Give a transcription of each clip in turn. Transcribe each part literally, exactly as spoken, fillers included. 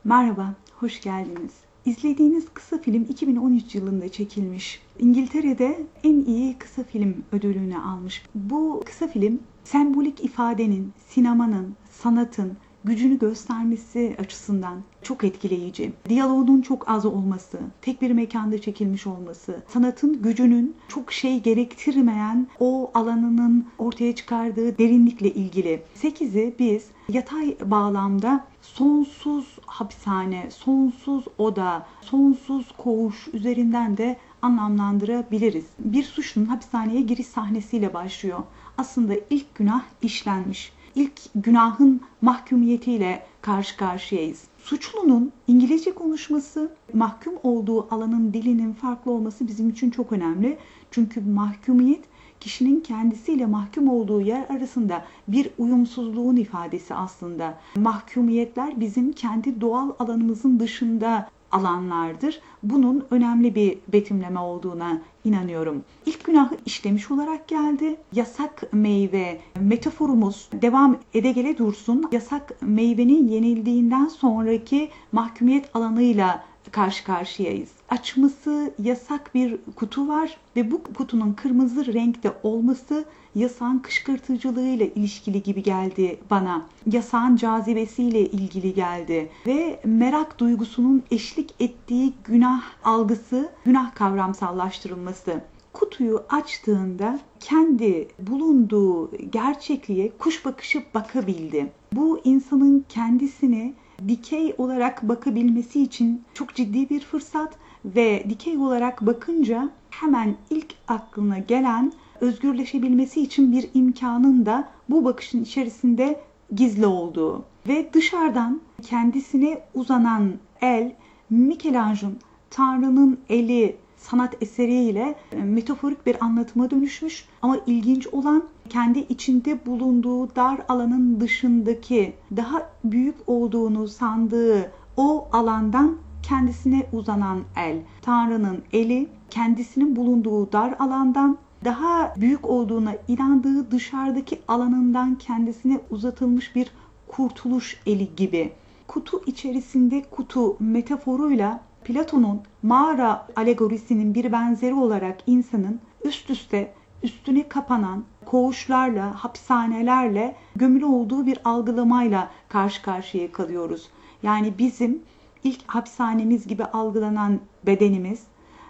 Merhaba, hoş geldiniz. İzlediğiniz kısa film iki bin on üç yılında çekilmiş. İngiltere'de en iyi kısa film ödülünü almış. Bu kısa film sembolik ifadenin, sinemanın, sanatın gücünü göstermesi açısından çok etkileyici. Diyaloğunun çok az olması, tek bir mekanda çekilmiş olması, sanatın gücünün çok şey gerektirmeyen o alanının ortaya çıkardığı derinlikle ilgili. sekizi biz yatay bağlamda sonsuz hapishane, sonsuz oda, sonsuz koğuş üzerinden de anlamlandırabiliriz. Bir suçlunun hapishaneye giriş sahnesiyle başlıyor. Aslında ilk günah işlenmiş. İlk günahın mahkumiyetiyle karşı karşıyayız. Suçlunun İngilizce konuşması, mahkum olduğu alanın dilinin farklı olması bizim için çok önemli. Çünkü mahkumiyet kişinin kendisiyle mahkum olduğu yer arasında bir uyumsuzluğun ifadesi aslında. Mahkumiyetler bizim kendi doğal alanımızın dışında alanlardır. Bunun önemli bir betimleme olduğuna inanıyorum. İlk günahı işlemiş olarak geldi. Yasak meyve metaforumuz devam edegele dursun. Yasak meyvenin yenildiğinden sonraki mahkumiyet alanıyla karşı karşıyayız. Açması yasak bir kutu var ve bu kutunun kırmızı renkte olması yasağın kışkırtıcılığıyla ilişkili gibi geldi bana. Yasağın cazibesiyle ilgili geldi ve merak duygusunun eşlik ettiği günah algısı, günah kavramsallaştırılması. Kutuyu açtığında kendi bulunduğu gerçekliğe kuş bakışı bakabildi. Bu insanın kendisini dikey olarak bakabilmesi için çok ciddi bir fırsat ve dikey olarak bakınca hemen ilk aklına gelen özgürleşebilmesi için bir imkanın da bu bakışın içerisinde gizli olduğu ve dışarıdan kendisine uzanan el Michelangelo'nun Tanrı'nın eli sanat eseriyle metaforik bir anlatıma dönüşmüş ama ilginç olan kendi içinde bulunduğu dar alanın dışındaki daha büyük olduğunu sandığı o alandan kendisine uzanan el. Tanrı'nın eli kendisinin bulunduğu dar alandan daha büyük olduğuna inandığı dışarıdaki alanından kendisine uzatılmış bir kurtuluş eli gibi. Kutu içerisinde kutu metaforuyla Platon'un mağara alegorisinin bir benzeri olarak insanın üst üste üstüne kapanan koğuşlarla, hapishanelerle gömülü olduğu bir algılamayla karşı karşıya kalıyoruz. Yani bizim ilk hapishanemiz gibi algılanan bedenimiz,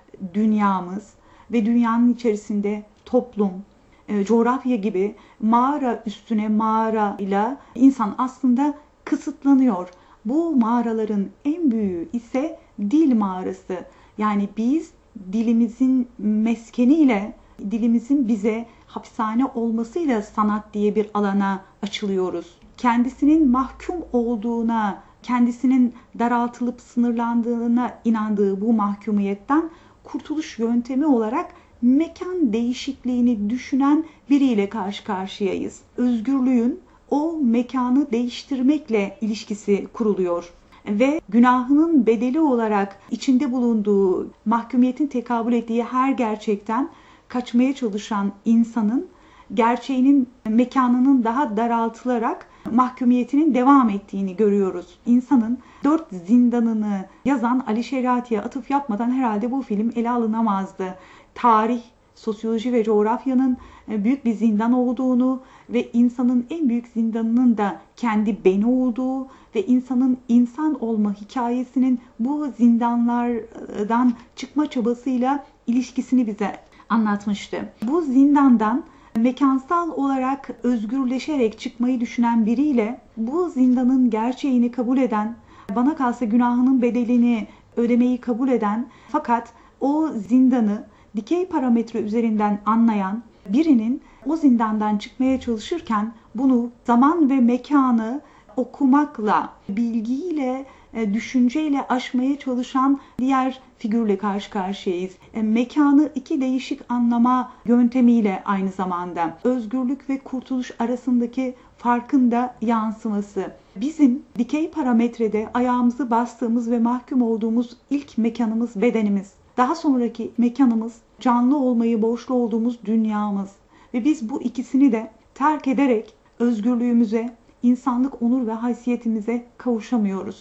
dünyamız ve dünyanın içerisinde toplum, e, coğrafya gibi mağara üstüne mağara ile insan aslında kısıtlanıyor. Bu mağaraların en büyüğü ise dil mağarası. Yani biz dilimizin meskeniyle, dilimizin bize hapishane olmasıyla sanat diye bir alana açılıyoruz. Kendisinin mahkum olduğuna, kendisinin daraltılıp sınırlandığına inandığı bu mahkumiyetten kurtuluş yöntemi olarak mekan değişikliğini düşünen biriyle karşı karşıyayız. Özgürlüğün o mekanı değiştirmekle ilişkisi kuruluyor. Ve günahının bedeli olarak içinde bulunduğu, mahkumiyetin tekabül ettiği her gerçekten kaçmaya çalışan insanın gerçeğinin mekanının daha daraltılarak mahkumiyetinin devam ettiğini görüyoruz. İnsanın dört zindanını yazan Ali Şeriati'ye atıf yapmadan herhalde bu film ele alınamazdı. Tarih, sosyoloji ve coğrafyanın büyük bir zindan olduğunu ve insanın en büyük zindanının da kendi beni olduğu ve insanın insan olma hikayesinin bu zindanlardan çıkma çabasıyla ilişkisini bize anlatmıştı. Bu zindandan mekansal olarak özgürleşerek çıkmayı düşünen biriyle bu zindanın gerçeğini kabul eden, bana kalsa günahının bedelini ödemeyi kabul eden fakat o zindanı dikey parametre üzerinden anlayan birinin o zindandan çıkmaya çalışırken bunu zaman ve mekanı okumakla, bilgiyle, düşünceyle aşmaya çalışan diğer figürle karşı karşıyayız. Mekanı iki değişik anlama yöntemiyle aynı zamanda özgürlük ve kurtuluş arasındaki farkın da yansıması. Bizim dikey parametrede ayağımızı bastığımız ve mahkum olduğumuz ilk mekanımız bedenimiz. Daha sonraki mekanımız canlı olmayı borçlu olduğumuz dünyamız. Ve biz bu ikisini de terk ederek özgürlüğümüze, insanlık onur ve haysiyetimize kavuşamıyoruz.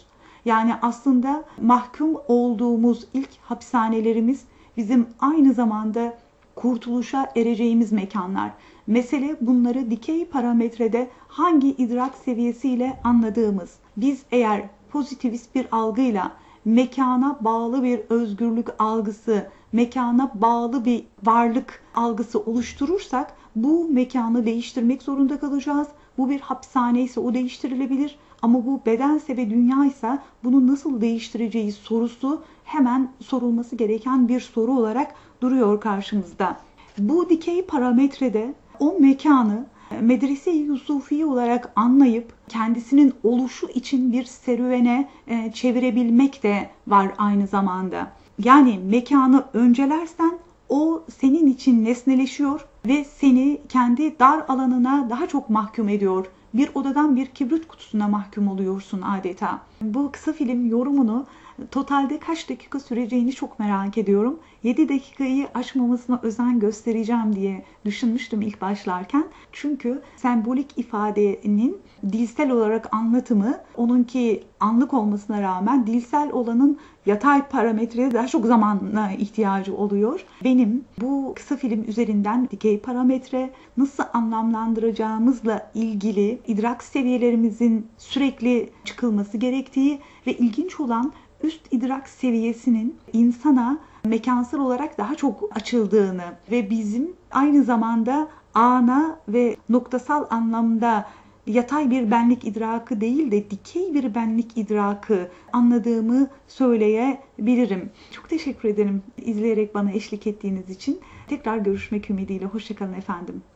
Yani aslında mahkum olduğumuz ilk hapishanelerimiz bizim aynı zamanda kurtuluşa ereceğimiz mekanlar. Mesele bunları dikey parametrede hangi idrak seviyesiyle anladığımız. Biz eğer pozitivist bir algıyla mekana bağlı bir özgürlük algısı, mekana bağlı bir varlık algısı oluşturursak bu mekanı değiştirmek zorunda kalacağız. Bu bir hapishane ise o değiştirilebilir ama bu bedense ve dünya ise bunu nasıl değiştireceğiz sorusu hemen sorulması gereken bir soru olarak duruyor karşımızda. Bu dikey parametrede o mekanı Medrese-i Yusufiye olarak anlayıp kendisinin oluşu için bir serüvene çevirebilmek de var aynı zamanda. Yani mekanı öncelersen o senin için nesneleşiyor ve seni kendi dar alanına daha çok mahkum ediyor. Bir odadan bir kibrit kutusuna mahkum oluyorsun adeta. Bu kısa film yorumunu totalde kaç dakika süreceğini çok merak ediyorum. yedi dakikayı aşmamasına özen göstereceğim diye düşünmüştüm ilk başlarken. Çünkü sembolik ifadenin dilsel olarak anlatımı onunki anlık olmasına rağmen dilsel olanın yatay parametreye daha çok zamana ihtiyacı oluyor. Benim bu kısa film üzerinden dikey parametre nasıl anlamlandıracağımızla ilgili idrak seviyelerimizin sürekli çıkılması gerektiği ve ilginç olan üst idrak seviyesinin insana mekansal olarak daha çok açıldığını ve bizim aynı zamanda ana ve noktasal anlamda yatay bir benlik idrakı değil de dikey bir benlik idrakı anladığımı söyleyebilirim. Çok teşekkür ederim izleyerek bana eşlik ettiğiniz için. Tekrar görüşmek ümidiyle. Hoşça kalın efendim.